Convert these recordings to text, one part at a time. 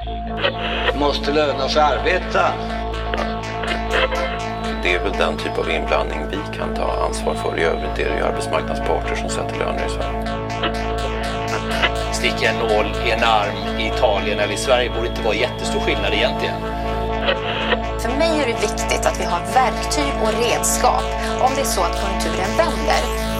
Måste löna sig arbeta. Det är väl den typ av inblandning vi kan ta ansvar för. I övrigt är det ju arbetsmarknadsparter som sätter löner i Sverige. Sticka en nål i en arm i Italien eller i Sverige borde inte vara jättestor skillnad egentligen. För mig är det viktigt att vi har verktyg och redskap om det är så att konjunkturen vänder.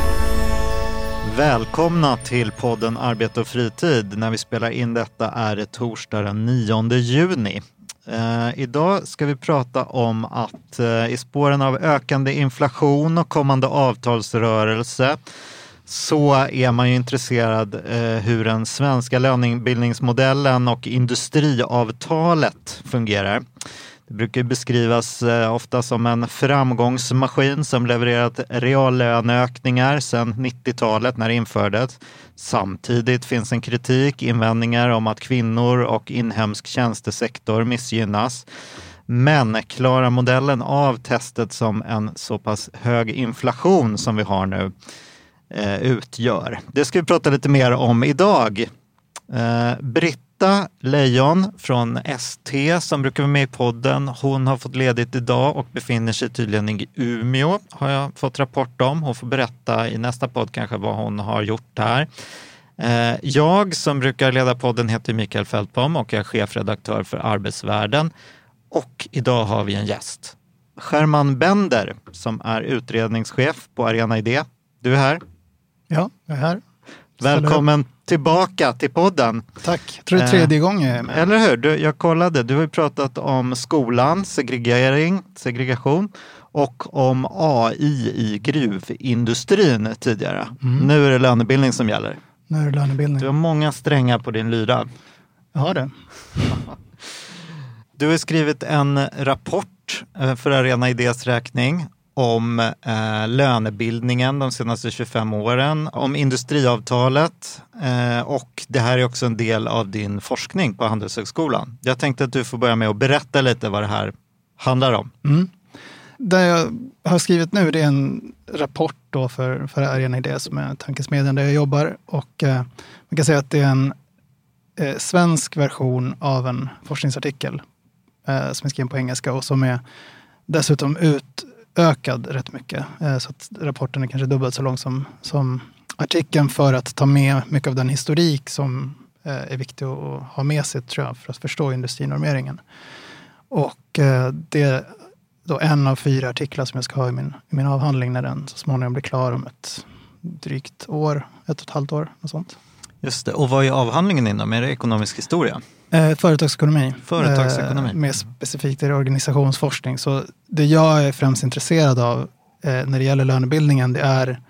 Välkomna till podden Arbete och fritid. När vi spelar in detta är det torsdag den 9 juni. Idag ska vi prata om att i spåren av ökande inflation och kommande avtalsrörelse så är man ju intresserad hur den svenska lönebildningsmodellen och industriavtalet fungerar. Det brukar beskrivas ofta som en framgångsmaskin som levererat reallöneökningar sedan 90-talet när det infördes. Samtidigt finns en kritik, invändningar om att kvinnor och inhemsk tjänstesektor missgynnas. Men klarar modellen av testet som en så pass hög inflation som vi har nu utgör? Det ska vi prata lite mer om idag. Britta Lejon från ST som brukar vara med i podden, hon har fått ledigt idag och befinner sig tydligen i Umeå, har jag fått rapport om. Hon får berätta i nästa podd kanske vad hon har gjort här. Jag som brukar leda podden heter Mikael Fältbom och jag är chefredaktör för Arbetsvärlden. Och idag har vi en gäst, Sherman Bender, som är utredningschef på Arena Idé. Du är här. Ja, jag är här. Välkommen tillbaka till podden. Tack, jag tror det är tredje gången jag är med. Eller hur? Jag kollade, du har ju pratat om skolan, segregation och om AI i gruvindustrin tidigare. Nu är det lönebildning som gäller. Nu är det lönebildning. Du har många strängar på din lyra. Jag har det. Du har skrivit en rapport för Arena Idés räkning om lönebildningen de senaste 25 åren, om industriavtalet och det här är också en del av din forskning på Handelshögskolan. Jag tänkte att du får börja med att berätta lite vad det här handlar om. Det jag har skrivit nu det är en rapport då för Arena Idé som är tankesmedjan där jag jobbar och man kan säga att det är en svensk version av en forskningsartikel som är skriven på engelska och som är dessutom utökad rätt mycket. Så att rapporten är kanske dubbelt så lång som artikeln för att ta med mycket av den historik som är viktig att ha med sig tror jag för att förstå industrinormeringen. Och det är då en av 4 artiklar som jag ska ha i min avhandling när den så småningom blir klar om ett drygt år, 1,5 år och sånt. Just det. Och vad är avhandlingen inom? Är det ekonomisk historia? Företagsekonomi. Företagsekonomi. Mer specifikt är det organisationsforskning. Så det jag är främst intresserad av när det gäller lönebildningen det är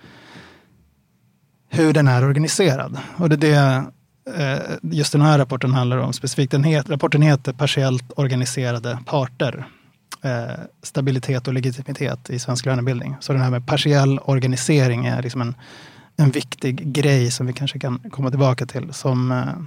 hur den är organiserad. Och det just den här rapporten handlar om specifikt. Rapporten heter Partiellt organiserade parter. Stabilitet och legitimitet i svensk lönebildning. Så den här med partiell organisering är liksom en viktig grej som vi kanske kan komma tillbaka till som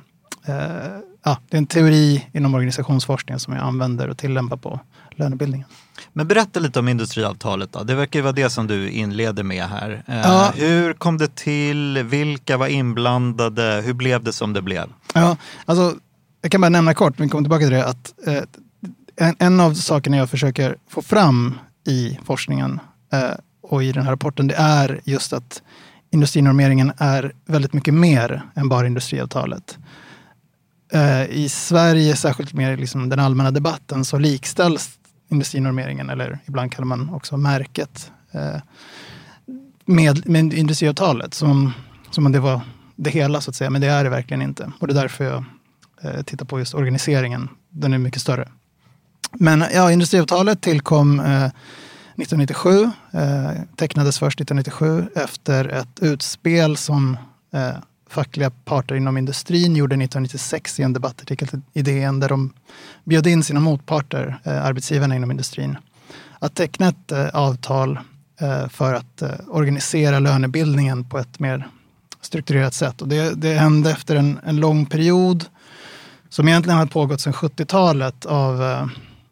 det är en teori inom organisationsforskningen som jag använder och tillämpar på lönebildningen. Men berätta lite om industriavtalet då. Det verkar ju vara det som du inleder med här. Hur kom det till? Vilka var inblandade? Hur blev det som det blev? Ja, alltså jag kan bara nämna kort, vi kommer tillbaka till det, att en av sakerna jag försöker få fram i forskningen och i den här rapporten det är just att industrinormeringen är väldigt mycket mer än bara industriavtalet. I Sverige, särskilt mer liksom den allmänna debatten, så likställs industrinormeringen, eller ibland kallar man också märket, med industriavtalet som om det var det hela så att säga, men det är det verkligen inte. Och det är därför jag tittar på just organiseringen, den är mycket större. Men ja, industriavtalet tillkom 1997, tecknades först 1997 efter ett utspel som fackliga parter inom industrin gjorde 1996 i en debattartikel i DN där de bjöd in sina motparter, arbetsgivarna inom industrin, att teckna ett avtal för att organisera lönebildningen på ett mer strukturerat sätt. Och det hände efter en lång period som egentligen har pågått sedan 70-talet av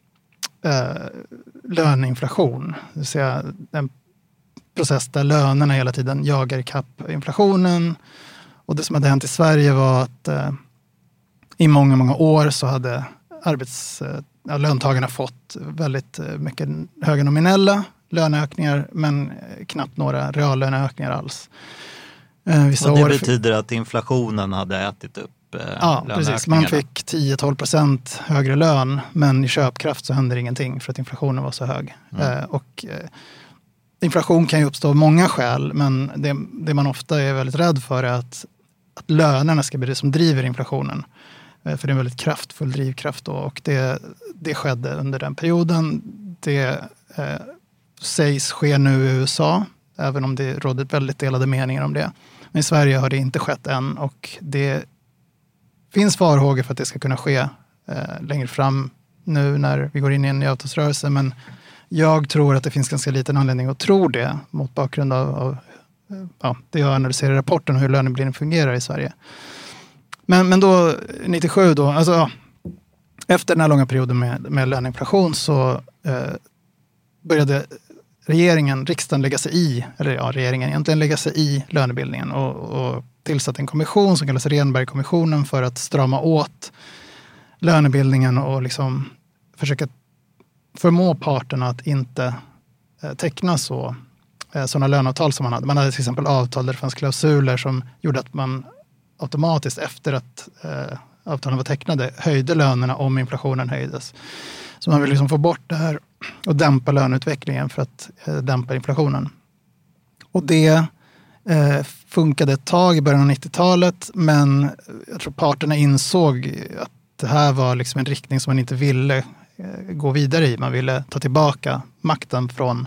löneinflation. Det vill säga en process där lönerna hela tiden jagar ikapp inflationen. Och det som hade hänt i Sverige var att i många, många år så hade löntagarna fått väldigt mycket höga nominella löneökningar men knappt några reallöneökningar alls. Och det betyder att inflationen hade ätit upp löneökningarna? Precis. Man fick 10-12% högre lön, men i köpkraft så hände ingenting för att inflationen var så hög. Inflation kan ju uppstå av många skäl, men det man ofta är väldigt rädd för är att lönerna ska bli det som driver inflationen. För det är en väldigt kraftfull drivkraft då, och det skedde under den perioden. Det sägs ske nu i USA, även om det råder väldigt delade meningar om det. Men i Sverige har det inte skett än, och det finns farhågor för att det ska kunna ske längre fram nu när vi går in i en ny avtalsrörelse. Men jag tror att det finns ganska liten anledning att tro det mot bakgrund av det jag analyserar i rapporten och hur lönebildningen fungerar i Sverige. Men då 97 då, efter den här långa perioden med löneinflation så började riksdagen lägga sig i, regeringen egentligen lägga sig i lönebildningen och tillsatte en kommission som kallas Rehnbergkommissionen för att strama åt lönebildningen och liksom försöka förmå parterna att inte teckna sådana löneavtal som man hade. Man hade till exempel avtal där det fanns klausuler som gjorde att man automatiskt efter att avtalen var tecknade höjde lönerna om inflationen höjdes. Så man vill liksom få bort det här och dämpa löneutvecklingen för att dämpa inflationen. Och det funkade ett tag i början av 90-talet, men jag tror parterna insåg att det här var liksom en riktning som man inte ville gå vidare i. Man ville ta tillbaka makten från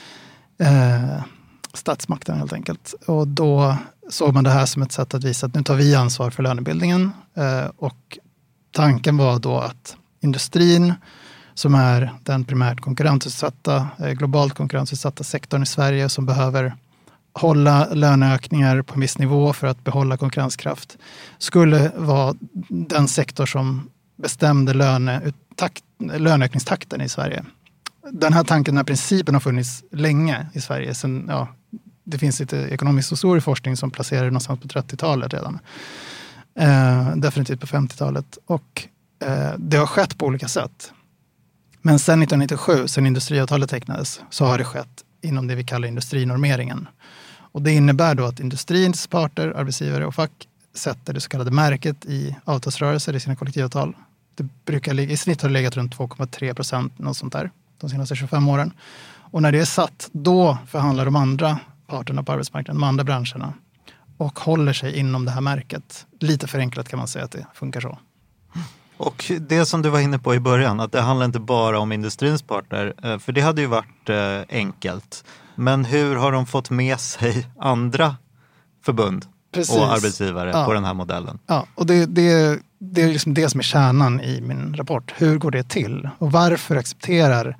statsmakten helt enkelt. Och då såg man det här som ett sätt att visa att nu tar vi ansvar för lönebildningen. Och tanken var då att industrin, som är den primärt globalt konkurrensutsatta sektorn i Sverige som behöver hålla löneökningar på en viss nivå för att behålla konkurrenskraft, skulle vara den sektor som bestämde löneökningstakten i Sverige. Den här tanken, den här principen har funnits länge i Sverige. Det finns lite ekonomisk och stor forskning som placerar det någonstans på 30-talet redan. Definitivt på 50-talet. Och det har skett på olika sätt. Men sedan 1997, sedan industriavtalet tecknades, så har det skett inom det vi kallar industrinormeringen. Och det innebär då att industrins parter, arbetsgivare och fack sätter det så kallade märket i avtalsrörelser i sina kollektivavtal. Det brukar i snitt har det legat runt 2,3%, något sånt där, de senaste 25 åren. Och när det är satt, då förhandlar de andra parterna på arbetsmarknaden, de andra branscherna, och håller sig inom det här märket. Lite förenklat kan man säga att det funkar så. Och det som du var inne på i början, att det handlar inte bara om industrins parter, för det hade ju varit enkelt. Men hur har de fått med sig andra förbund och arbetsgivare på den här modellen? Ja, och det är liksom det som är kärnan i min rapport. Hur går det till? Och varför accepterar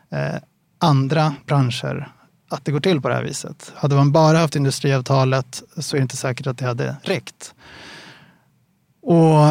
andra branscher att det går till på det här viset? Hade man bara haft industriavtalet så är det inte säkert att det hade räckt. Och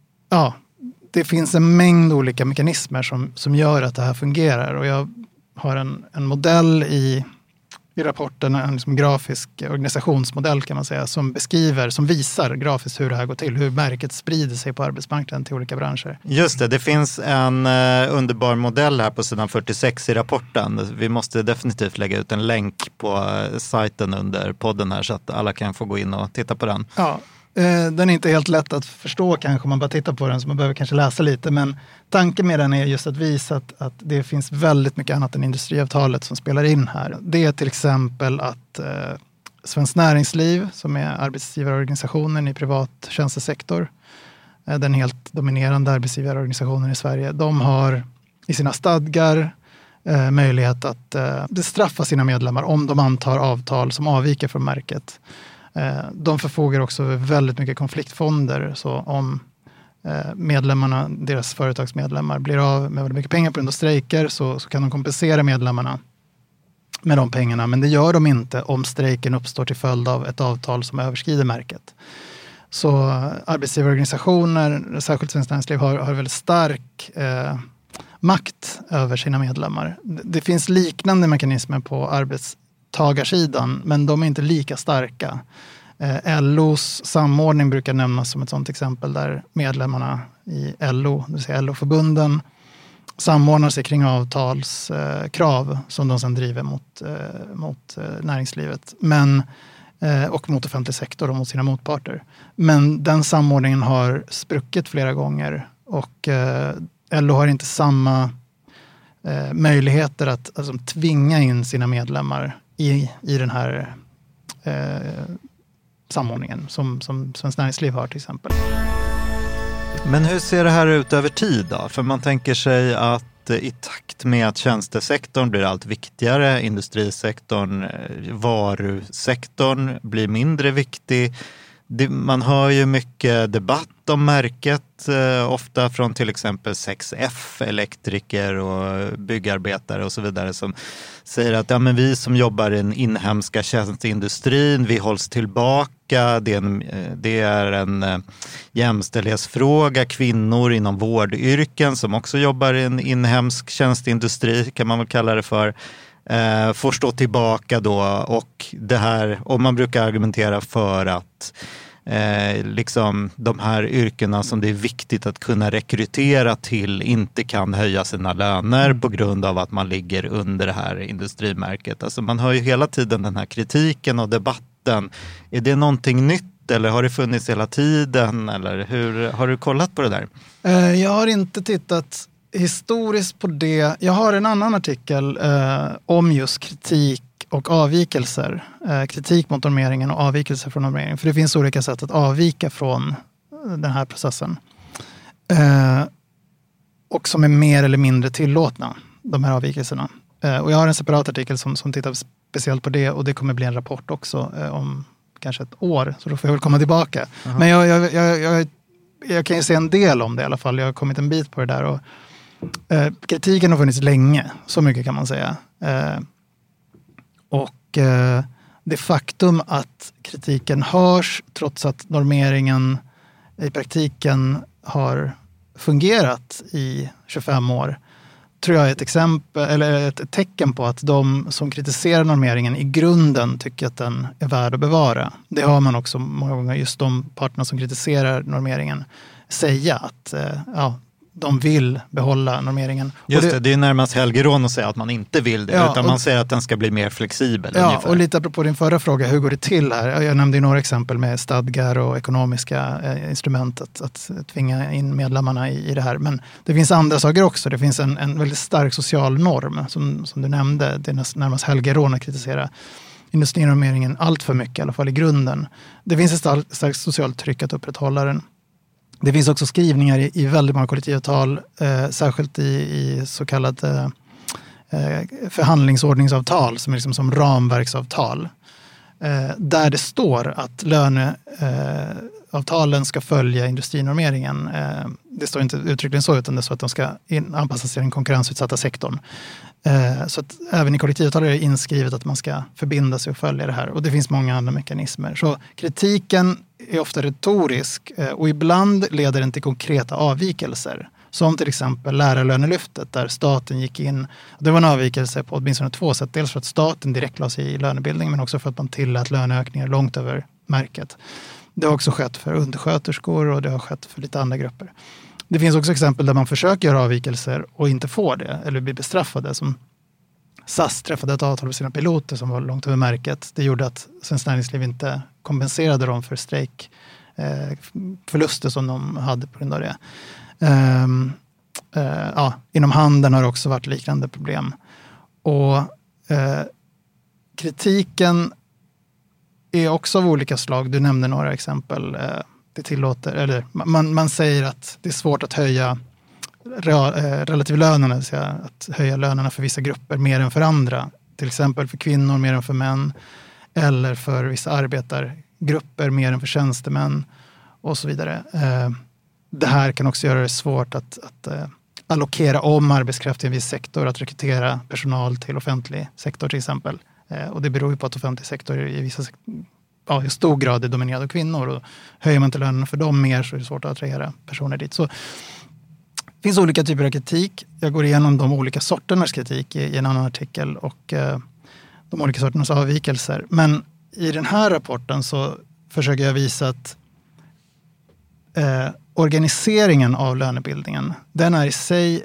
det finns en mängd olika mekanismer som gör att det här fungerar. Och jag har en modell i rapporten, en liksom grafisk organisationsmodell kan man säga, som visar grafiskt hur det här går till, hur märket sprider sig på arbetsmarknaden till olika branscher. Just det finns en underbar modell här på sidan 46 i rapporten. Vi måste definitivt lägga ut en länk på sajten under podden här så att alla kan få gå in och titta på den. Ja. Den är inte helt lätt att förstå kanske om man bara tittar på den, så man behöver kanske läsa lite, men tanken med den är just att visa att det finns väldigt mycket annat än industriavtalet som spelar in här. Det är till exempel att Svenskt Näringsliv, som är arbetsgivarorganisationen i privat tjänstesektor, den helt dominerande arbetsgivarorganisationen i Sverige, de har i sina stadgar möjlighet att bestraffa sina medlemmar om de antar avtal som avviker från märket. De förfogar också över väldigt mycket konfliktfonder, så om medlemmarna, deras företagsmedlemmar blir av med väldigt mycket pengar på grund av strejker så kan de kompensera medlemmarna med de pengarna, men det gör de inte om strejken uppstår till följd av ett avtal som överskrider märket. Så arbetsgivarorganisationer, särskilt Svenskt Näringsliv, har väldigt stark makt över sina medlemmar. Det finns liknande mekanismer på arbetstagarsidan, men de är inte lika starka. LOs samordning brukar nämnas som ett sådant exempel där medlemmarna i LO, det vill säga LO-förbunden, samordnar sig kring avtalskrav som de sedan driver mot näringslivet och mot offentlig sektor och mot sina motparter. Men den samordningen har spruckit flera gånger och LO har inte samma möjligheter att tvinga in sina medlemmar i den här samordningen som Svenskt Näringsliv har till exempel. Men hur ser det här ut över tid då? För man tänker sig att i takt med att tjänstesektorn blir allt viktigare, industrisektorn, varusektorn blir mindre viktig. Man hör ju mycket debatt om märket, ofta från till exempel 6F, elektriker och byggarbetare och så vidare, som säger att men vi som jobbar i den inhemska tjänsteindustrin, vi hålls tillbaka. Det är en jämställdhetsfråga. Kvinnor inom vårdyrken som också jobbar i en inhemsk tjänsteindustri, kan man väl kalla det för, får stå tillbaka då, och man brukar argumentera för att liksom de här yrkena som det är viktigt att kunna rekrytera till inte kan höja sina löner på grund av att man ligger under det här industrimärket. Alltså man hör ju hela tiden den här kritiken och debatten. Är det någonting nytt eller har det funnits hela tiden, eller hur har du kollat på det där? Jag har inte tittat historiskt på det. Jag har en annan artikel om just kritik och avvikelser. Kritik mot normeringen och avvikelser från normeringen. För det finns olika sätt att avvika från den här processen. Och som är mer eller mindre tillåtna, de här avvikelserna. Och jag har en separat artikel som tittar speciellt på det, och det kommer bli en rapport också om kanske ett år. Så då får jag väl komma tillbaka. Uh-huh. Men jag kan ju se en del om det i alla fall. Jag har kommit en bit på det där. Och kritiken har funnits länge, så mycket kan man säga. Och det faktum att kritiken hörs trots att normeringen i praktiken har fungerat i 25 år, tror jag är ett exempel eller ett tecken på att de som kritiserar normeringen i grunden tycker att den är värd att bevara. Det har man också många gånger, just de parterna som kritiserar normeringen säga att de vill behålla normeringen. Just det är närmast helgerån att säga att man inte vill det, utan man säger att den ska bli mer flexibel. Ja, ungefär. Och lite apropå din förra fråga, hur går det till här? Jag nämnde ju några exempel med stadgar och ekonomiska instrument att tvinga in medlemmarna i det här. Men det finns andra saker också. Det finns en väldigt stark social norm som du nämnde. Det är närmast helgerån att kritisera industrinormeringen allt för mycket, i alla fall i grunden. Det finns ett starkt socialt tryck att upprätthålla den. Det finns också skrivningar i väldigt många kollektivavtal, särskilt i så kallade förhandlingsordningsavtal som är liksom som ramverksavtal. Där det står att löneavtalen ska följa industrinormeringen. Det står inte uttryckligen så, utan det är så att de ska anpassas till den konkurrensutsatta sektorn. Så att även i kollektivavtal är det inskrivet att man ska förbinda sig och följa det här. Och det finns många andra mekanismer. Så kritiken är ofta retorisk och ibland leder den till konkreta avvikelser. Som till exempel lärarlönelyftet där staten gick in. Det var en avvikelse på åtminstone 2 sätt. Dels för att staten direkt la sig i lönebildningen, men också för att man tillät löneökningar långt över märket. Det har också skett för undersköterskor och det har skett för lite andra grupper. Det finns också exempel där man försöker göra avvikelser och inte får det eller blir bestraffade. Som SAS träffade ett avtal med sina piloter som var långt över märket. Det gjorde att Svenskt Näringsliv inte kompenserade dem för strejkförluster som de hade på grund av det. Inom handeln har det också varit liknande problem. Och kritiken är också av olika slag. Du nämnde några exempel. Det tillåter, eller man säger att det är svårt att höja relativlönerna, det vill säga att höja lönerna för vissa grupper mer än för andra. Till exempel för kvinnor mer än för män, eller för vissa arbetargrupper mer än för tjänstemän och så vidare. Det här kan också göra det svårt att allokera om arbetskraft i en viss sektor, att rekrytera personal till offentlig sektor till exempel. Och det beror ju på att offentlig sektor i vissa i stor grad är dominerad av kvinnor, och höjer man inte lönen för dem mer så är det svårt att attrahera personer dit. Så det finns olika typer av kritik. Jag går igenom de olika sorternas kritik i en annan artikel och de olika sorternas avvikelser. Men i den här rapporten så försöker jag visa att organiseringen av lönebildningen, den är i sig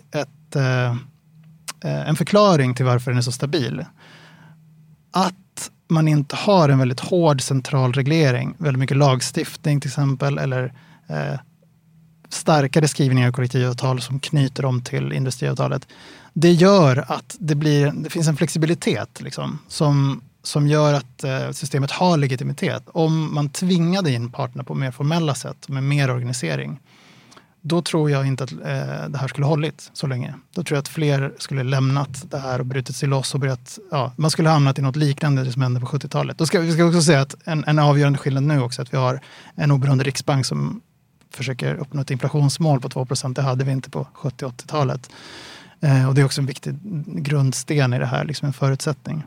en förklaring till varför den är så stabil. Att man inte har en väldigt hård central reglering, väldigt mycket lagstiftning till exempel, eller starkare skrivningar i kollektivavtal som knyter dem till industriavtalet. Det gör att det finns en flexibilitet liksom, som gör att systemet har legitimitet. Om man tvingade in parterna på mer formella sätt med mer organisering, då tror jag inte att det här skulle hållit så länge. Då tror jag att fler skulle lämnat det här och brutit sig loss och börjat, man skulle hamnat i något liknande som hände på 70-talet. Vi ska också säga att en avgörande skillnad nu också, att vi har en oberoende riksbank som försöker uppnå ett inflationsmål på 2%. Det hade vi inte på 70-80-talet. Och det är också en viktig grundsten i det här, liksom en förutsättning.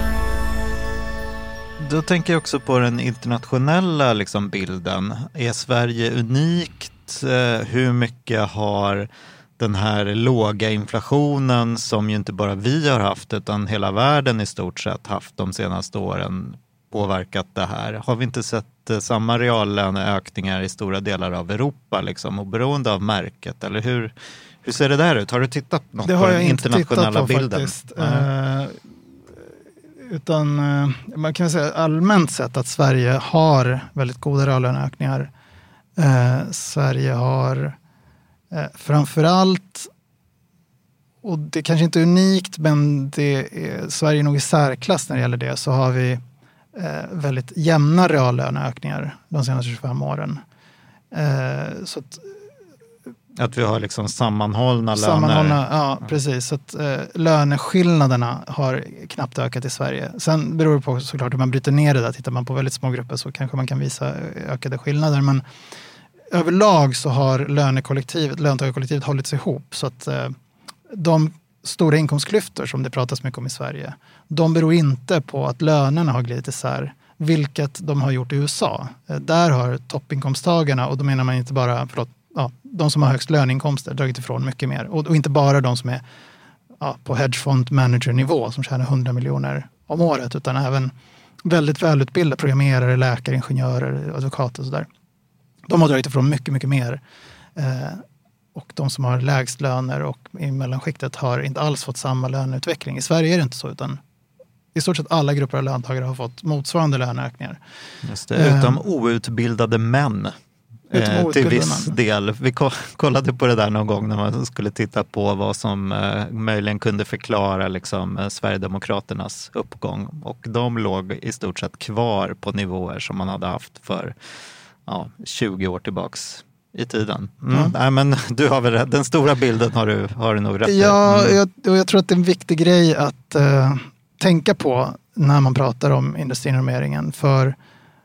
Då tänker jag också på den internationella liksom, bilden. Är Sverige unikt? Hur mycket har den här låga inflationen, som ju inte bara vi har haft utan hela världen i stort sett haft de senaste åren, påverkat det här? Har vi inte sett samma reallöneökningar i stora delar av Europa, liksom, oberoende av märket? Eller hur ser det där ut? Har du tittat något på den internationella bilden? Utan man kan säga allmänt sett att Sverige har väldigt goda reallöneökningar. Sverige har framförallt, och det kanske inte är unikt, men Sverige är nog i särklass när det gäller det, så har vi väldigt jämna reallöneökningar de senaste 25 åren. Så att vi har liksom sammanhållna löner. Ja, precis. Så att löneskillnaderna har knappt ökat i Sverige. Sen beror det på såklart hur man bryter ner det där. Tittar man på väldigt små grupper så kanske man kan visa ökade skillnader. Men överlag så har löntagarkollektivet hållits ihop. Så att de stora inkomstklyftor som det pratas mycket om i Sverige, de beror inte på att lönerna har glidit isär, vilket de har gjort i USA. Där har toppinkomsttagarna, och då menar man inte bara, de som har högst löneinkomster, dragit ifrån mycket mer. Och inte bara de som är på hedgefond manager-nivå som tjänar 100 miljoner om året, utan även väldigt välutbildade programmerare, läkare, ingenjörer, advokater och sådär. De har dragit ifrån mycket, mycket mer. Och de som har lägst löner och i mellanskiktet har inte alls fått samma löneutveckling. I Sverige är det inte så, utan i stort sett alla grupper av löntagare har fått motsvarande löneökningar. Just det, utom outbildade män. Till viss del. Vi kollade på det där någon gång när man skulle titta på vad som möjligen kunde förklara liksom, Sverigedemokraternas uppgång. Och de låg i stort sett kvar på nivåer som man hade haft för 20 år tillbaks i tiden. Nej, men du har väl den stora bilden har du nog rätt. Ja, jag tror att det är en viktig grej att tänka på när man pratar om industrinormeringen. För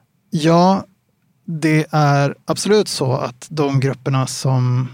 det är absolut så att de grupperna som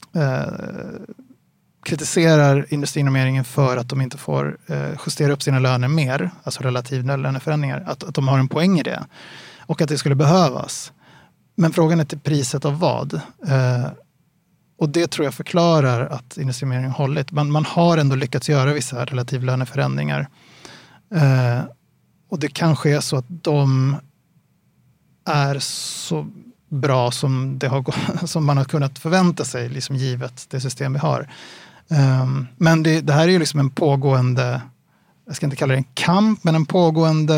kritiserar industrinormeringen för att de inte får justera upp sina löner mer, alltså relativa löneförändringar, att de har en poäng i det och att det skulle behövas. Men frågan är till priset av vad? Och det tror jag förklarar att industrinormeringen hållit. Man har ändå lyckats göra vissa relativa löneförändringar. Och det kanske är så att de är så bra som man har kunnat förvänta sig, liksom givet det system vi har. Men det här är ju liksom en pågående, jag ska inte kalla det en kamp, men en pågående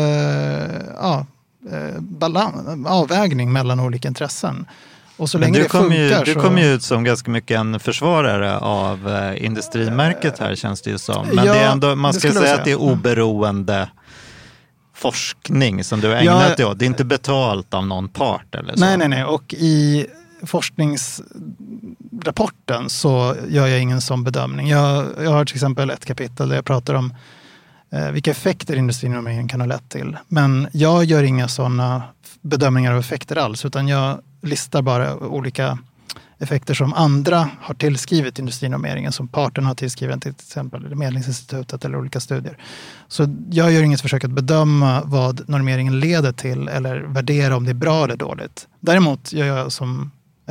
avvägning mellan olika intressen. Och så länge det funkar du kom ju ut som ganska mycket en försvarare av industrimärket här, känns det ju som. Men det är ändå, man ska säga att det är oberoende forskning som du har ägnat dig åt. Det är inte betalt av någon part eller så. Nej. Och i forskningsrapporten så gör jag ingen sån bedömning. Jag har till exempel ett kapitel där jag pratar om vilka effekter industrinormeringen kan ha lett till. Men jag gör inga sådana bedömningar av effekter alls, utan jag listar bara olika effekter som andra har tillskrivit industrinormeringen, som parterna har tillskrivit till exempel Medlingsinstitutet eller olika studier. Så jag gör inget försök att bedöma vad normeringen leder till eller värdera om det är bra eller dåligt. Däremot gör jag som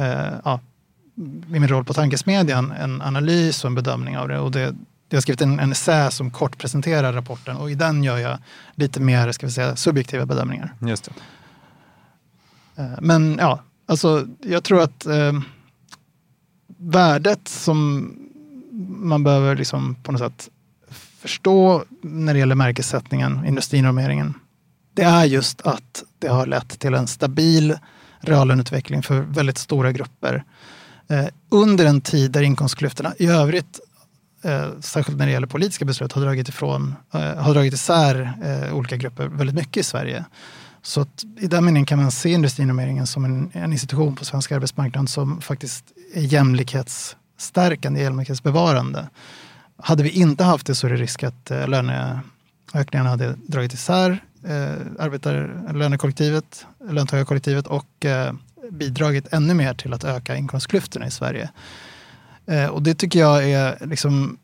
i min roll på Tankesmedjan en analys och en bedömning av det, och jag har skrivit en essä som kort presenterar rapporten, och i den gör jag lite mer, ska vi säga, subjektiva bedömningar. Just det. Men ja, alltså jag tror att värdet som man behöver liksom på något sätt förstå när det gäller märkessättningen, industrinormeringen, det är just att det har lett till en stabil reallöneutveckling för väldigt stora grupper under en tid där inkomstklyftorna i övrigt, särskilt när det gäller politiska beslut, har dragit isär olika grupper väldigt mycket i Sverige. Så att i den meningen kan man se industrinormeringen som en institution på svensk arbetsmarknad som faktiskt är jämlikhetsstärkande, jämlikhetsbevarande. Hade vi inte haft det så är det risk att löneökningarna hade dragit isär löntagarkollektivet och bidragit ännu mer till att öka inkomstklyftorna i Sverige. Och det tycker jag är liksom,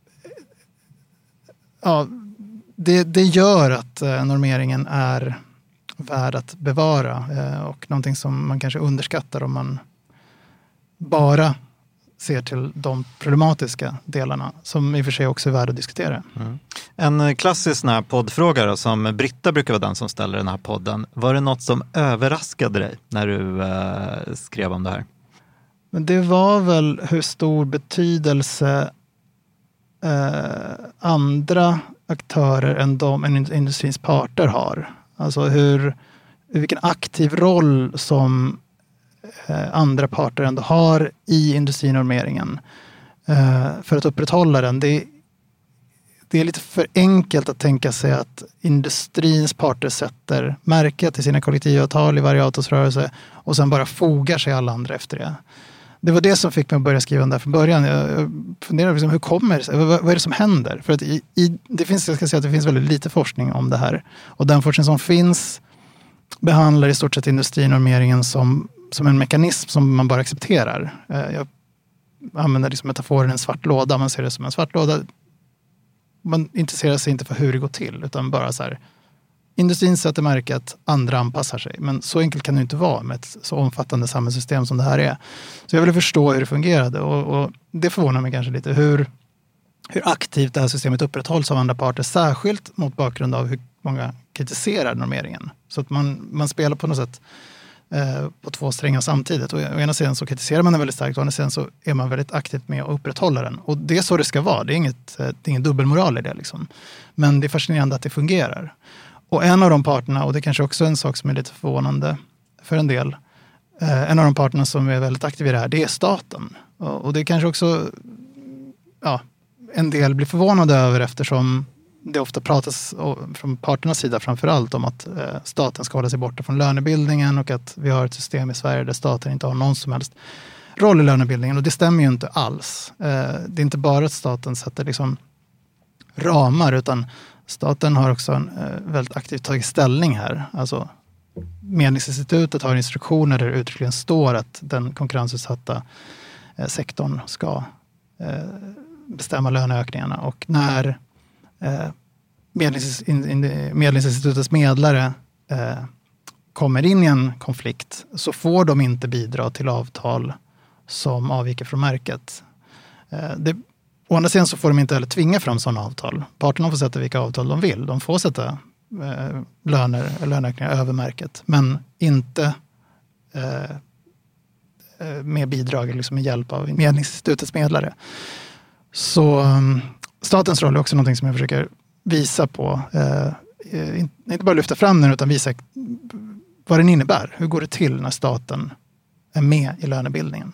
ja, det gör att normeringen är värd att bevara och någonting som man kanske underskattar om man bara ser till de problematiska delarna som i och för sig också är värda att diskutera. Mm. En klassisk sån här poddfråga då, som Britta brukar vara den som ställer den här podden. Var det något som överraskade dig när du skrev om det här? Men det var väl hur stor betydelse andra aktörer än industrins parter har. Alltså vilken aktiv roll som andra parter ändå har i industrinormeringen för att upprätthålla den. Det är lite för enkelt att tänka sig att industrins parter sätter märke till sina kollektivavtal i varje avtalsrörelse och sen bara fogar sig alla andra efter det. Det var det som fick mig att börja skriva den där från början. Jag funderar liksom, hur kommer det sig? Vad är det som händer? För att jag ska säga att det finns väldigt lite forskning om det här. Och den forskning som finns behandlar i stort sett industrinormeringen som en mekanism som man bara accepterar. Jag använder liksom metaforen en svart låda. Man ser det som en svart låda. Man intresserar sig inte för hur det går till, utan bara så här, industrin sätter märket, andra anpassar sig. Men så enkelt kan det inte vara med ett så omfattande samhällssystem som det här är. Så jag ville förstå hur det fungerade och det förvånar mig kanske lite hur aktivt det här systemet upprätthålls av andra parter, särskilt mot bakgrund av hur många kritiserar normeringen. Så att man spelar på något sätt på två strängar samtidigt. Och å ena sidan så kritiserar man den väldigt starkt och å andra sidan så är man väldigt aktivt med att upprätthålla den. Och det är så det ska vara. Det är ingen dubbelmoral i det liksom. Men det är fascinerande att det fungerar. Och en av de parterna, och det är kanske också en sak som är lite förvånande för en del, en av de parterna som är väldigt aktiv i det här, det är staten. Och det kanske också en del blir förvånade över, eftersom det ofta pratas från parternas sida framförallt om att staten ska hålla sig borta från lönebildningen och att vi har ett system i Sverige där staten inte har någon som helst roll i lönebildningen. Och det stämmer ju inte alls. Det är inte bara att staten sätter liksom ramar, utan staten har också väldigt aktivt tagit ställning här. Alltså Medlingsinstitutet har instruktioner där det uttryckligen står att den konkurrensutsatta sektorn ska bestämma löneökningarna. Och när Medlingsinstitutets medlare kommer in i en konflikt så får de inte bidra till avtal som avviker från märket. Å andra sidan så får de inte heller tvinga fram sådana avtal. Parterna får sätta vilka avtal de vill. De får sätta löneökningar över märket, men inte med bidrag, liksom med hjälp av Medlingsinstitutets medlare. Så statens roll är också någonting som jag försöker visa på. Inte bara lyfta fram den, utan visa vad den innebär. Hur går det till när staten är med i lönebildningen?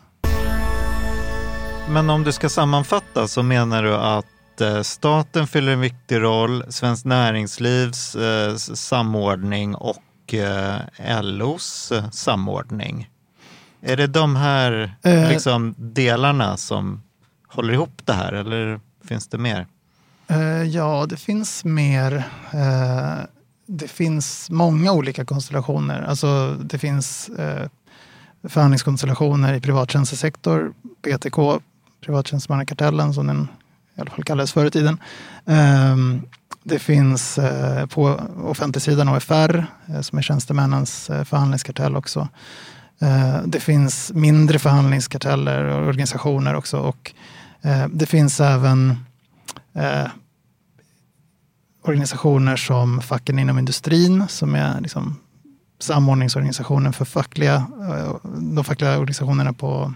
Men om du ska sammanfatta så menar du att staten fyller en viktig roll, Svenskt Näringslivs samordning och LOs samordning. Är det de här liksom delarna som håller ihop det här, eller finns det mer? Ja, det finns mer. Det finns många olika konstellationer. Alltså det finns förhandlingskonstellationer i privattjänstesektor, PTK, privattjänstemannakartellen som den i alla fall kallades förr i tiden. Det finns på offentligsidan OFR som är tjänstemännens förhandlingskartell också. Det finns mindre förhandlingskarteller och organisationer också, och det finns även organisationer som facken inom industrin som är liksom samordningsorganisationen för de fackliga organisationerna på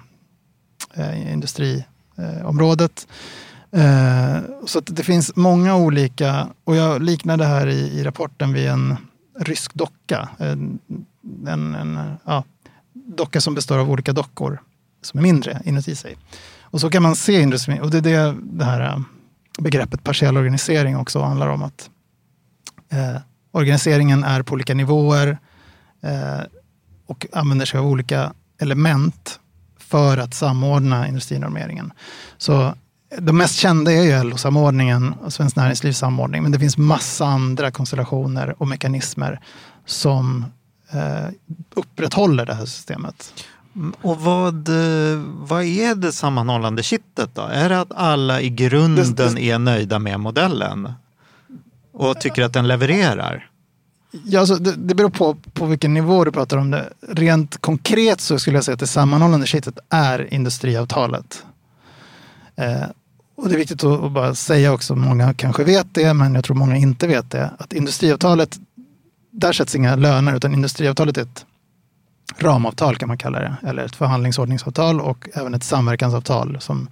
industriområdet. Så att det finns många olika, och jag liknar det här i rapporten vid en rysk docka. En docka som består av olika dockor som är mindre inuti sig. Och så kan man se industrin, och det är det här begreppet partiell organisering också handlar om, att organiseringen är på olika nivåer och använder sig av olika element för att samordna industrinormeringen. Så de mest kända är ju LO-samordningen och Svenskt Näringslivs samordning, men det finns massa andra konstellationer och mekanismer som upprätthåller det här systemet. Och vad är det sammanhållande kittet då? Är det att alla i grunden är nöjda med modellen och tycker att den levererar? Ja, alltså det beror på vilken nivå du pratar om det. Rent konkret så skulle jag säga att det sammanhållande kittet är industriavtalet. Och det är viktigt att bara säga också, många kanske vet det, men jag tror många inte vet det, att industriavtalet, där sätts inga löner, utan industriavtalet är ett ramavtal kan man kalla det, eller ett förhandlingsordningsavtal och även ett samverkansavtal som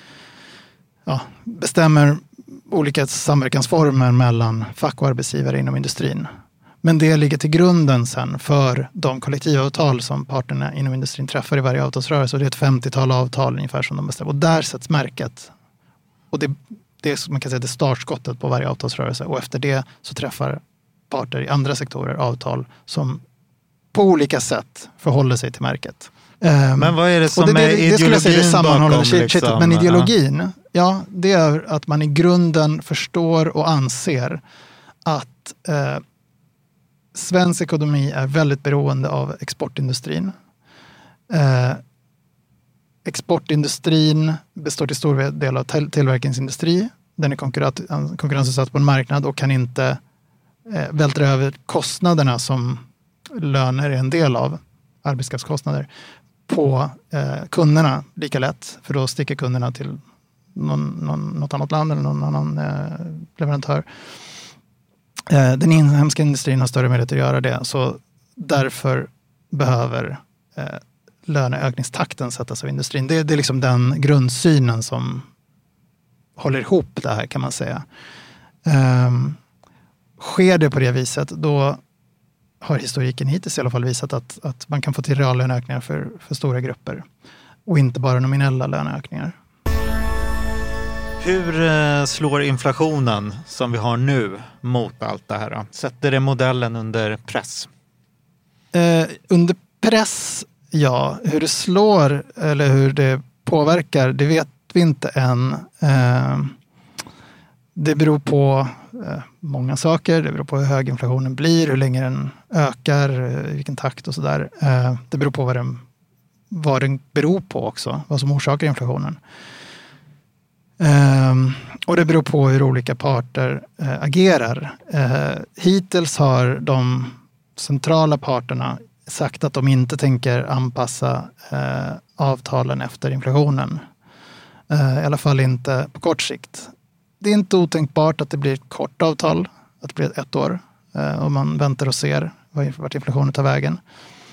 bestämmer olika samverkansformer mellan fack och arbetsgivare inom industrin. Men det ligger till grunden sen för de kollektivavtal som parterna inom industrin träffar i varje avtalsrörelse, och det är ett 50-tal avtal ungefär som de bestämmer. Och där sätts märket. Och det är, man kan säga, det startskottet på varje avtalsrörelse, och efter det så träffar parter i andra sektorer avtal som på olika sätt förhåller sig till märket. Men vad är det som är ideologin bakom? Liksom? Men ideologin, det är att man i grunden förstår och anser att svensk ekonomi är väldigt beroende av exportindustrin. Exportindustrin består till stor del av tillverkningsindustri. Den är konkurrensutsatt på en marknad och kan inte vältra över kostnaderna som löner är en del av, arbetskraftskostnader, på kunderna lika lätt. För då sticker kunderna till något annat land eller någon annan leverantör. Den inhemska industrin har större möjlighet att göra det, så därför behöver löneökningstakten sättas av industrin. Det är liksom den grundsynen som håller ihop det här, kan man säga. Sker det på det viset, då har historiken hittills i alla fall visat att man kan få till reallöneökningar för stora grupper och inte bara nominella löneökningar. Hur slår inflationen som vi har nu mot allt det här då? Sätter det modellen under press? Under press, ja. Hur det slår eller hur det påverkar, det vet vi inte än. Det beror på många saker. Det beror på hur hög inflationen blir, hur länge den ökar, i vilken takt och sådär. Det beror på vad den beror på också, vad som orsakar inflationen. Och det beror på hur olika parter agerar. Hittills har de centrala parterna sagt att de inte tänker anpassa avtalen efter inflationen. I alla fall inte på kort sikt. Det är inte otänkbart att det blir ett kort avtal, att det blir 1 år. Om man väntar och ser vart inflationen tar vägen.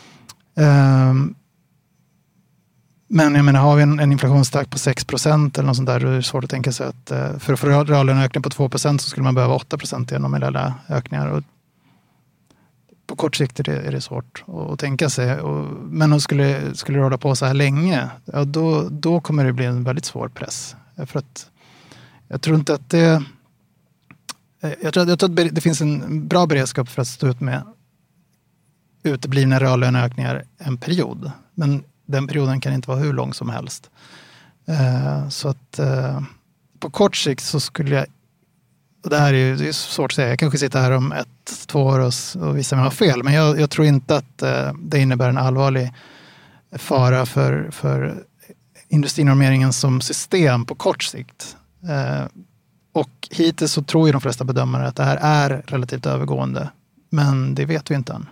Men jag menar, har vi en inflationstakt på 6% eller något sånt där, då är det svårt att tänka sig att för att få reallöneökning på 2% så skulle man behöva 8% i nominella ökningar. Och på kort sikt är det svårt att tänka sig. Men skulle det hålla på så här länge, ja, då kommer det bli en väldigt svår press. För att jag tror inte att jag tror att det finns en bra beredskap för att stå ut med uteblivna reallöneökningar en period. Men den perioden kan inte vara hur lång som helst. Så att på kort sikt så skulle jag, och det här är ju svårt att säga, jag kanske sitter här om 1-2 år och visar mig ha fel, men jag tror inte att det innebär en allvarlig fara för industrinormeringen som system på kort sikt. Och hittills så tror ju de flesta bedömare att det här är relativt övergående, men det vet vi inte än.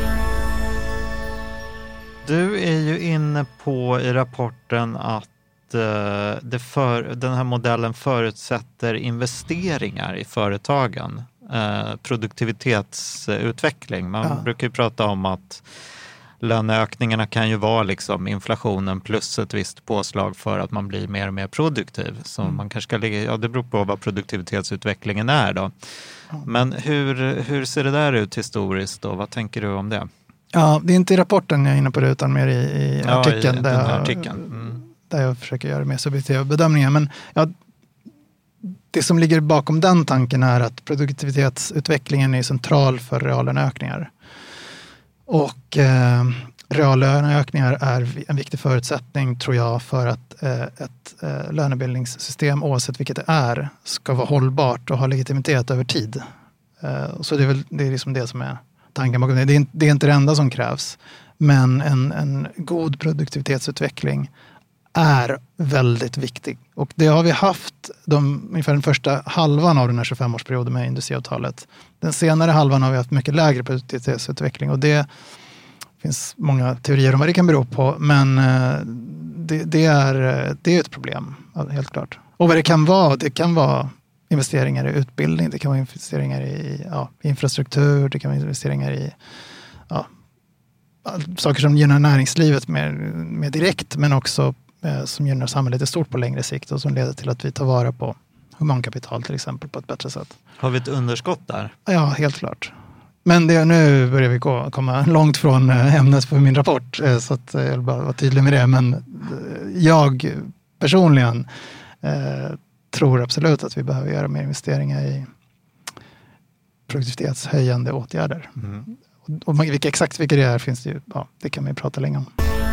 Du är ju inne på i rapporten att den här modellen förutsätter investeringar i företagen. produktivitetsutveckling. Man brukar ju prata om att löneökningarna kan ju vara liksom inflationen plus ett visst påslag för att man blir mer och mer produktiv. Så man kanske ska ligga, det beror på vad produktivitetsutvecklingen är då. Men hur ser det där ut historiskt då? Vad tänker du om det? Ja, det är inte i rapporten jag är inne på det utan mer i artikeln. Där jag försöker göra mer subjektiva bedömningar. Men det som ligger bakom den tanken är att produktivitetsutvecklingen är central för reallöneökningar. Och reallöneökningar är en viktig förutsättning, tror jag, för att ett lönebildningssystem, oavsett vilket det är, ska vara hållbart och ha legitimitet över tid. Så det är liksom det som är tanken bakom det. Det är inte det enda som krävs, men en god produktivitetsutveckling är väldigt viktig. Och det har vi haft ungefär den första halvan av den här 25-årsperioden med industriavtalet. Den senare halvan har vi haft mycket lägre produktivitetsutveckling och det finns många teorier om vad det kan bero på, men det är ett problem, helt klart. Och vad det kan vara investeringar i utbildning, det kan vara investeringar i infrastruktur, det kan vara investeringar i saker som gynnar näringslivet mer direkt, men också som gynnar samhället i stort på längre sikt och som leder till att vi tar vara på humankapital till exempel på ett bättre sätt. Har vi ett underskott där? Ja, helt klart. Men nu börjar vi komma långt från ämnet för min rapport, så att jag vill bara vara tydlig med det. Men jag personligen tror absolut att vi behöver göra mer investeringar i produktivitetshöjande åtgärder. Och exakt vilka det är finns det ju, det kan vi prata länge om.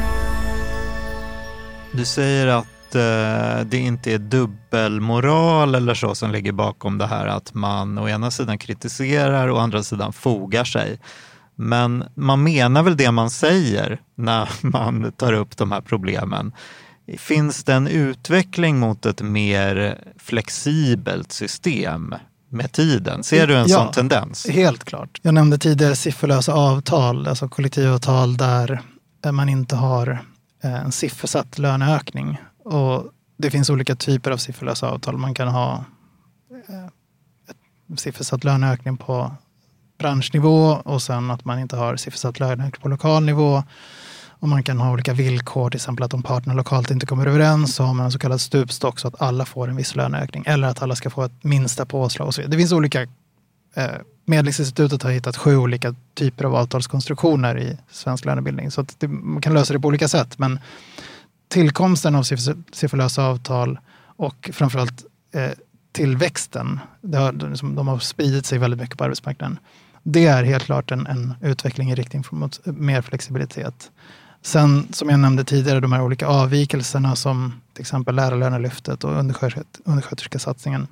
Du säger att det inte är dubbelmoral eller så som ligger bakom det här, att man å ena sidan kritiserar och å andra sidan fogar sig. Men man menar väl det man säger när man tar upp de här problemen. Finns det en utveckling mot ett mer flexibelt system med tiden? Ser du en sån tendens? Helt klart. Jag nämnde tidigare sifferlösa avtal, alltså kollektivavtal där man inte har en siffersatt löneökning. Och det finns olika typer av sifferlösa avtal. Man kan ha ett siffersatt löneökning på branschnivå och sen att man inte har siffersatt löneökning på lokal nivå. Och man kan ha olika villkor, till exempel att om parterna lokalt inte kommer överens så har man en så kallad stupstock så att alla får en viss löneökning eller att alla ska få ett minsta påslag och så vidare. Det finns olika, Medlingsinstitutet har hittat 7 olika typer av avtalskonstruktioner i svensk lönebildning så att man kan lösa det på olika sätt, men tillkomsten av sifferlösa avtal och framförallt tillväxten, de har spridit sig väldigt mycket på arbetsmarknaden. Det är helt klart en utveckling i riktning mot mer flexibilitet. Sen, som jag nämnde tidigare, de här olika avvikelserna som till exempel lärarlönelyftet och undersköterskesatsningen.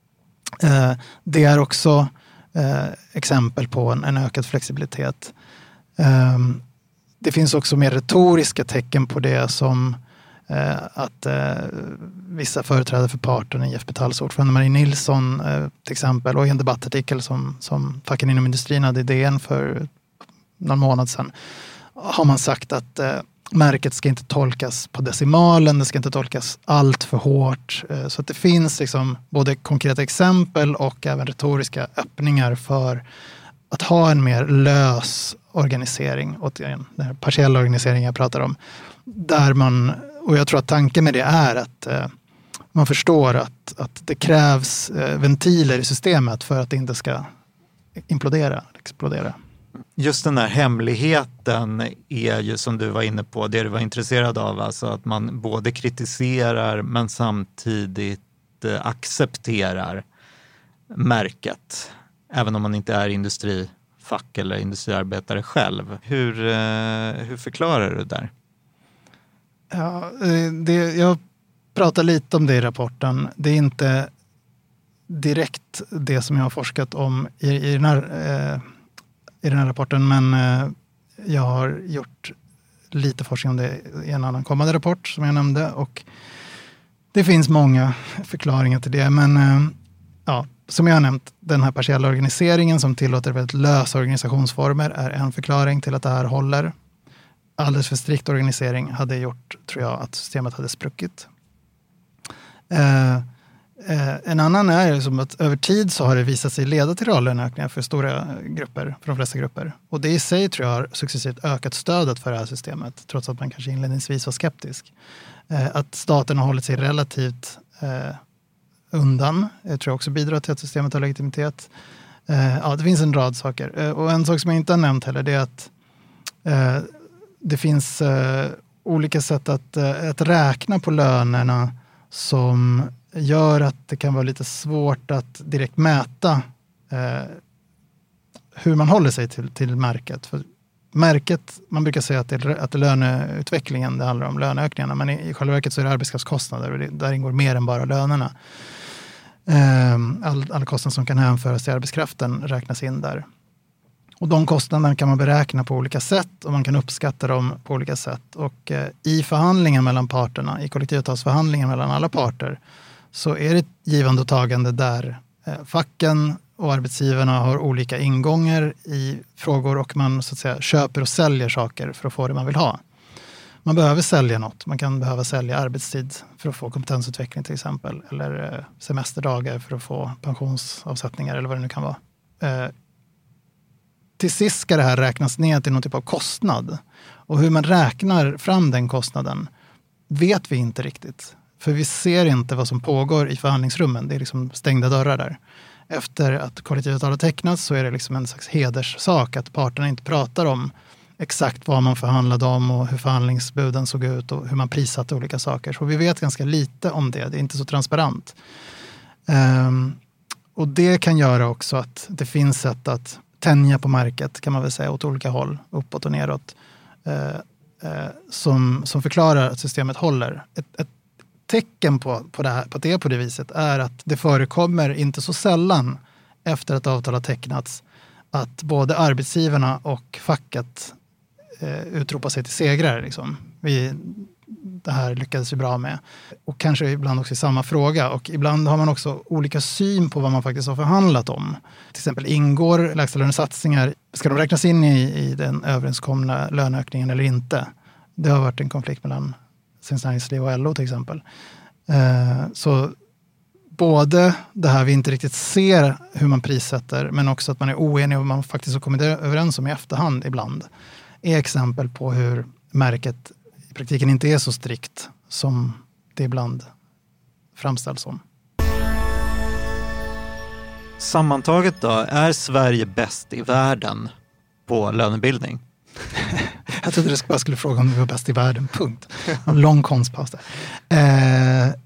Det är också exempel på en ökad flexibilitet. Det finns också mer retoriska tecken på det som att vissa företrädare för parten i IF Metalls ordförande Marie Nilsson till exempel, och i en debattartikel som facken inom industrin hade i DN för någon månad sedan, har man sagt att märket ska inte tolkas på decimalen, det ska inte tolkas allt för hårt. Så att det finns liksom både konkreta exempel och även retoriska öppningar för att ha en mer lös organisering, återigen den här partiella organiseringen jag pratar om, där man, och jag tror att tanken med det är att man förstår att det krävs ventiler i systemet för att det inte ska explodera. Just den här hemligheten är ju, som du var inne på, det du var intresserad av, alltså att man både kritiserar men samtidigt accepterar märket, även om man inte är industrifack eller industriarbetare själv. Hur förklarar du det där? Ja, jag pratar lite om det i rapporten. Det är inte direkt det som jag har forskat om i den här rapporten, men jag har gjort lite forskning om det i en annan kommande rapport som jag nämnde, och det finns många förklaringar till det, men som jag har nämnt, den här partiella organiseringen som tillåter väldigt lösa organisationsformer är en förklaring till att det här håller. Alldeles för strikt organisering hade gjort, tror jag, att systemet hade spruckit. En annan är som att över tid så har det visat sig leda till reallöneökningar för stora grupper, för de flesta grupper. Och det i sig tror jag har successivt ökat stödet för det här systemet, trots att man kanske inledningsvis var skeptisk. Att staten har hållit sig relativt undan, jag tror jag också bidrar till att systemet har legitimitet. Det finns en rad saker. Och en sak som jag inte har nämnt heller, det är att det finns olika sätt att räkna på lönerna som gör att det kan vara lite svårt att direkt mäta hur man håller sig till märket. För märket, man brukar säga att det är löneutvecklingen det handlar om, löneökningarna, men i själva verket så är det arbetskraftskostnader och där ingår mer än bara lönerna. Alla kostnader som kan hänföras till arbetskraften räknas in där. Och de kostnaderna kan man beräkna på olika sätt och man kan uppskatta dem på olika sätt. Och i förhandlingen mellan parterna, i kollektivavtalsförhandlingen mellan alla parter, så är det ett givande och tagande där facken och arbetsgivarna har olika ingångar i frågor och man så att säga köper och säljer saker för att få det man vill ha. Man behöver sälja något. Man kan behöva sälja arbetstid för att få kompetensutveckling till exempel. Eller semesterdagar för att få pensionsavsättningar eller vad det nu kan vara. Till sist ska det här räknas ner till någon typ av kostnad. Och hur man räknar fram den kostnaden vet vi inte riktigt. För vi ser inte vad som pågår i förhandlingsrummen. Det är liksom stängda dörrar där. Efter att kollektivavtal har tecknats så är det liksom en slags hederssak att parterna inte pratar om exakt vad man förhandlade om och hur förhandlingsbuden såg ut och hur man prissatte olika saker. Så vi vet ganska lite om det. Det är inte så transparent. Och det kan göra också att det finns sätt att tänja på market kan man väl säga åt olika håll, uppåt och neråt. Som förklarar att systemet håller. Ett tecken på det viset är att det förekommer inte så sällan efter att avtal har tecknats att både arbetsgivarna och facket utropar sig till segrare. Liksom. Det här lyckades vi bra med. Och kanske ibland också i samma fråga. Och ibland har man också olika syn på vad man faktiskt har förhandlat om. Till exempel ingår lägstalönesatsningar, ska de räknas in i den överenskomna löneökningen eller inte? Det har varit en konflikt mellan Svenskt Näringsliv och LO till exempel. Så både det här vi inte riktigt ser hur man prissätter men också att man är oenig och man faktiskt har kommit överens om i efterhand ibland är exempel på hur märket i praktiken inte är så strikt som det ibland framställs som. Sammantaget då, är Sverige bäst i världen på lönebildning? Jag trodde du bara skulle fråga om vi var bäst i världen, punkt. En lång konstpaus där.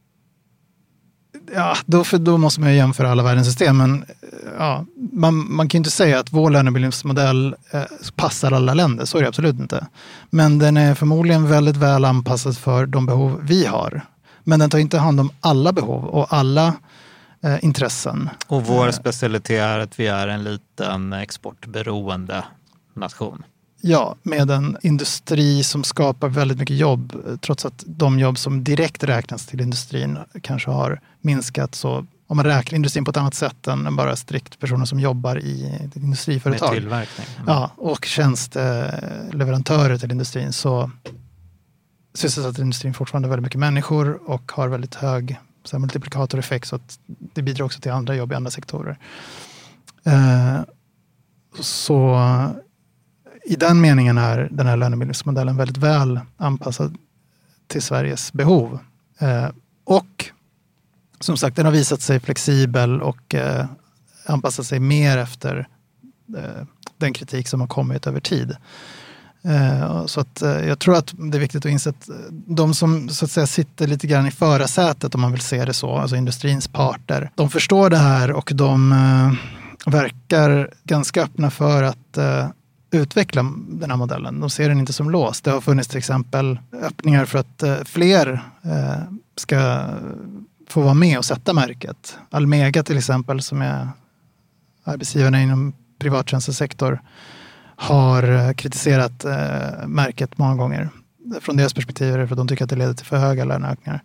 Då måste man ju jämföra alla världens system. Men man kan ju inte säga att vår lönebildningsmodell passar alla länder. Så är det absolut inte. Men den är förmodligen väldigt väl anpassad för de behov vi har. Men den tar inte hand om alla behov och alla intressen. Och vår specialitet är att vi är en liten exportberoende nation. Ja, med en industri som skapar väldigt mycket jobb, trots att de jobb som direkt räknas till industrin kanske har minskat. Så om man räknar industrin på ett annat sätt än bara strikt personer som jobbar i ett industriföretag. Med tillverkning. Ja, och tjänsteleverantörer till industrin så sysselsätter industrin fortfarande väldigt mycket människor och har väldigt hög multiplikatoreffekt så att det bidrar också till andra jobb i andra sektorer. Så i den meningen är den här lönebildningsmodellen väldigt väl anpassad till Sveriges behov. Och som sagt, den har visat sig flexibel och anpassat sig mer efter den kritik som har kommit över tid. Så att jag tror att det är viktigt att inse att de som så att säga sitter lite grann i förarsätet, om man vill se det så, alltså industrins parter, de förstår det här och de verkar ganska öppna för att utveckla den här modellen. De ser den inte som låst. Det har funnits till exempel öppningar för att fler ska få vara med och sätta märket. Almega till exempel, som är arbetsgivarna inom privattjänstesektor, har kritiserat märket många gånger. Från deras perspektiv är det för att de tycker att det leder till för höga löneökningar.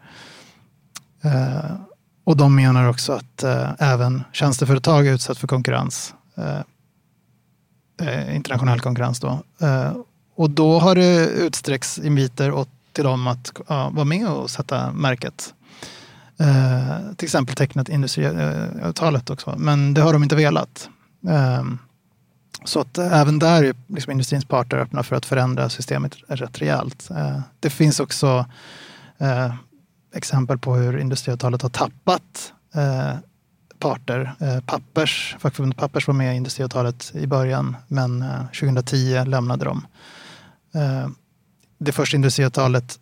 Och de menar också att även tjänsteföretag är utsatt för konkurrens. Internationell konkurrens då. Och då har det utsträcks inviter till dem att vara med och sätta märket. till exempel tecknat industriavtalet också. Men det har de inte velat. Så att även där är liksom industrins parter öppna för att förändra systemet rätt rejält. Det finns också exempel på hur industriavtalet har tappat parter. Fackförbundet Pappers var med i industriavtalet i början, men 2010 lämnade de. Det första industriavtalet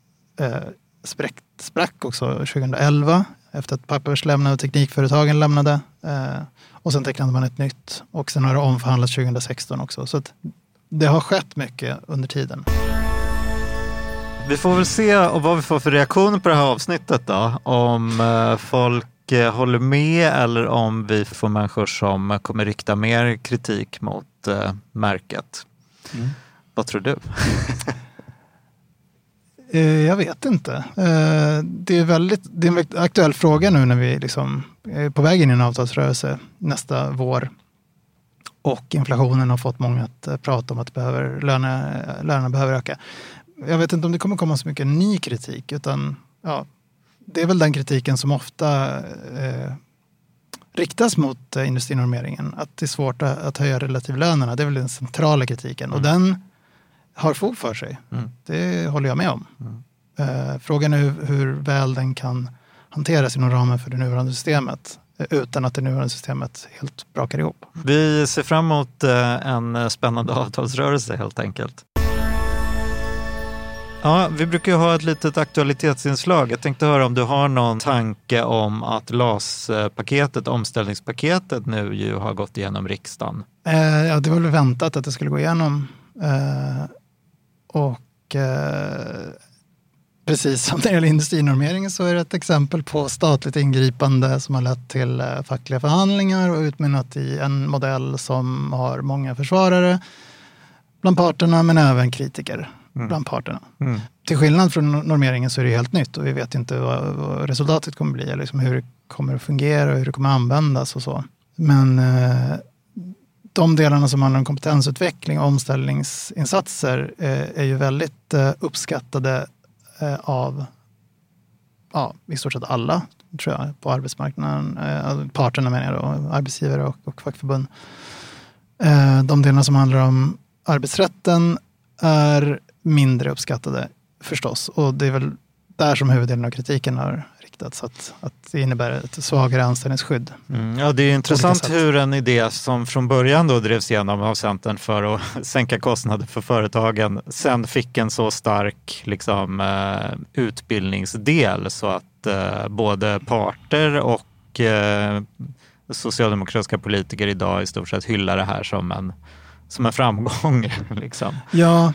sprack också 2011 efter att Pappers lämnade och teknikföretagen lämnade. Och sen tecknade man ett nytt och sen har det omförhandlats 2016 också. Så att det har skett mycket under tiden. Vi får väl se vad vi får för reaktioner på det här avsnittet då. Om folk håller med eller om vi får människor som kommer rikta mer kritik mot märket. Vad tror du? Jag vet inte. Det är en aktuell fråga nu när vi liksom är på väg in i en avtalsrörelse nästa vår. Och inflationen har fått många att prata om att lönerna behöver öka. Jag vet inte om det kommer komma så mycket ny kritik, utan det är väl den kritiken som ofta riktas mot industrinormeringen. Att det är svårt att höja relativlönerna. Det är väl den centrala kritiken. Och den har fog för sig. Det håller jag med om. Frågan är hur väl den kan hanteras inom ramen för det nuvarande systemet utan att det nuvarande systemet helt brakar ihop. Vi ser fram emot en spännande avtalsrörelse helt enkelt. Ja, vi brukar ju ha ett litet aktualitetsinslag. Jag tänkte höra om du har någon tanke om att LAS-paketet, omställningspaketet nu ju har gått igenom riksdagen. Ja, det var väl väntat att det skulle gå igenom. Precis som när det gäller industrinormeringen så är det ett exempel på statligt ingripande som har lett till fackliga förhandlingar och utmynnat i en modell som har många försvarare bland parterna men även kritiker bland parterna. Till skillnad från normeringen så är det helt nytt och vi vet inte vad resultatet kommer bli eller liksom hur det kommer att fungera och hur det kommer att användas och så. Men de delarna som handlar om kompetensutveckling och omställningsinsatser är ju väldigt uppskattade av i stort sett alla, tror jag, på arbetsmarknaden. Parterna menar jag då, arbetsgivare och fackförbund. De delarna som handlar om arbetsrätten är mindre uppskattade förstås. Och det är väl där som huvuddelen av kritiken har riktats. Att det innebär ett svagare anställningsskydd. Ja, det är intressant hur en idé som från början då drevs igenom av Centern för att sänka kostnader för företagen sen fick en så stark liksom, utbildningsdel så att både parter och socialdemokratiska politiker idag i stort sett hyllar det här som en framgång. Liksom. Ja,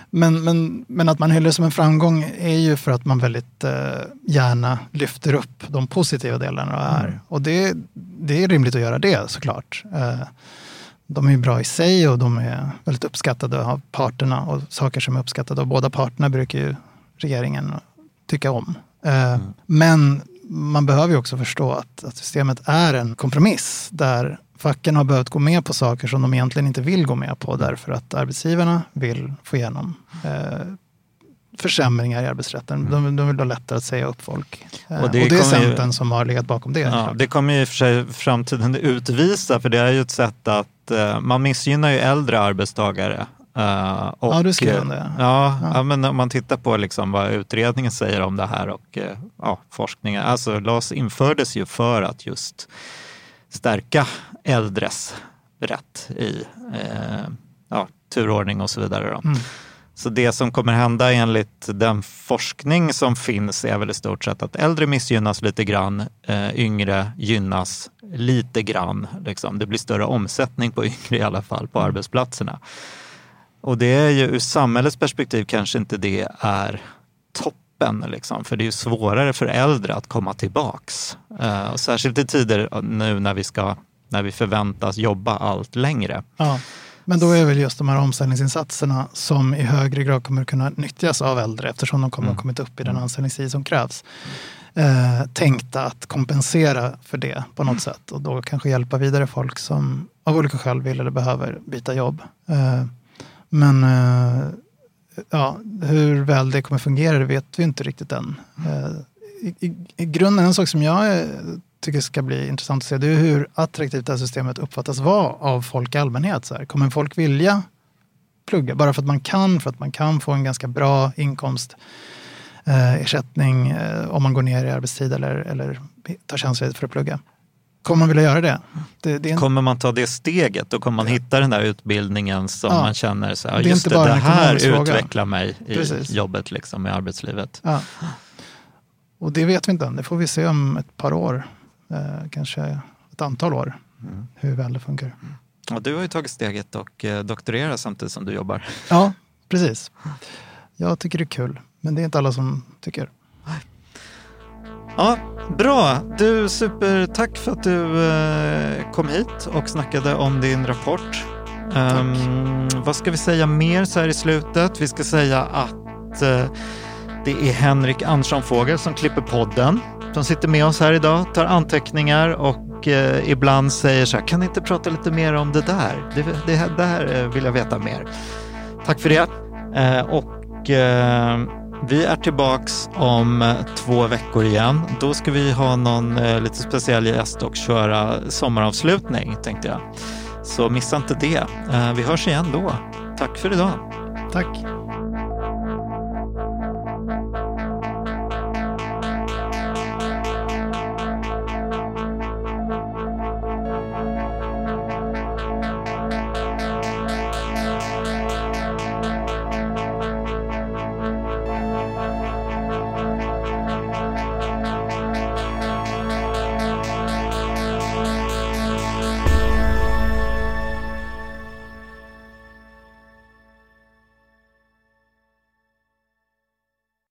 men att man hyllar som en framgång är ju för att man väldigt gärna lyfter upp de positiva delarna av det här. Och det är rimligt att göra det såklart. De är ju bra i sig och de är väldigt uppskattade av parterna och saker som är uppskattade av båda parterna brukar ju regeringen tycka om. Men man behöver ju också förstå att systemet är en kompromiss där facken har behövt gå med på saker som de egentligen inte vill gå med på därför att arbetsgivarna vill få igenom försämringar i arbetsrätten. De vill ha lättare att säga upp folk. Och det är Centern som har legat bakom det. Ja, det kommer ju för sig framtiden utvisa för det är ju ett sätt att man missgynnar ju äldre arbetstagare. Och, du skrev det. Ja, men om man tittar på liksom vad utredningen säger om det här och forskningen. Alltså LAS infördes ju för att just stärka äldres rätt i turordning och så vidare. Då. Så det som kommer hända enligt den forskning som finns är väl i stort sett att äldre missgynnas lite grann, yngre gynnas lite grann. Liksom. Det blir större omsättning på yngre i alla fall på arbetsplatserna. Och det är ju ur samhällets perspektiv kanske inte det är toppen. Liksom, för det är ju svårare för äldre att komma tillbaks. Särskilt i tider nu när vi förväntas jobba allt längre. Ja, men då är väl just de här omställningsinsatserna som i högre grad kommer kunna nyttjas av äldre eftersom de kommer ha kommit upp i den anställningstid som krävs. Tänkta att kompensera för det på något sätt och då kanske hjälpa vidare folk som av olika skäl vill eller behöver byta jobb. Men hur väl det kommer fungera det vet vi inte riktigt än. i grunden en sak som jag tycker ska bli intressant att se, det är hur attraktivt det här systemet uppfattas vara av folk i allmänhet. Så här. Kommer folk vilja plugga bara för att man kan få en ganska bra inkomstersättning om man går ner i arbetstid eller tar tjänstledigt för att plugga? Kommer man vilja göra det? Kommer man ta det steget och kommer man hitta den där utbildningen som man känner så här, just det här utvecklar mig i jobbet liksom, i arbetslivet. Ja. Och det vet vi inte än. Det får vi se om ett par år, kanske ett antal år, hur väl det funkar. Och du har ju tagit steget och doktorerar samtidigt som du jobbar. Ja, precis. Jag tycker det är kul, men det är inte alla som tycker. Ja, bra. Du, tack för att du kom hit och snackade om din rapport. Vad ska vi säga mer så här i slutet? Vi ska säga att det är Henrik Andersson Fågel som klipper podden. Som sitter med oss här idag, tar anteckningar och ibland säger så här, kan ni inte prata lite mer om det där? Det där vill jag veta mer. Tack för det. Vi är tillbaks om 2 veckor igen. Då ska vi ha någon lite speciell gäst och köra sommaravslutning, tänkte jag. Så missa inte det. Vi hörs igen då. Tack för idag. Tack.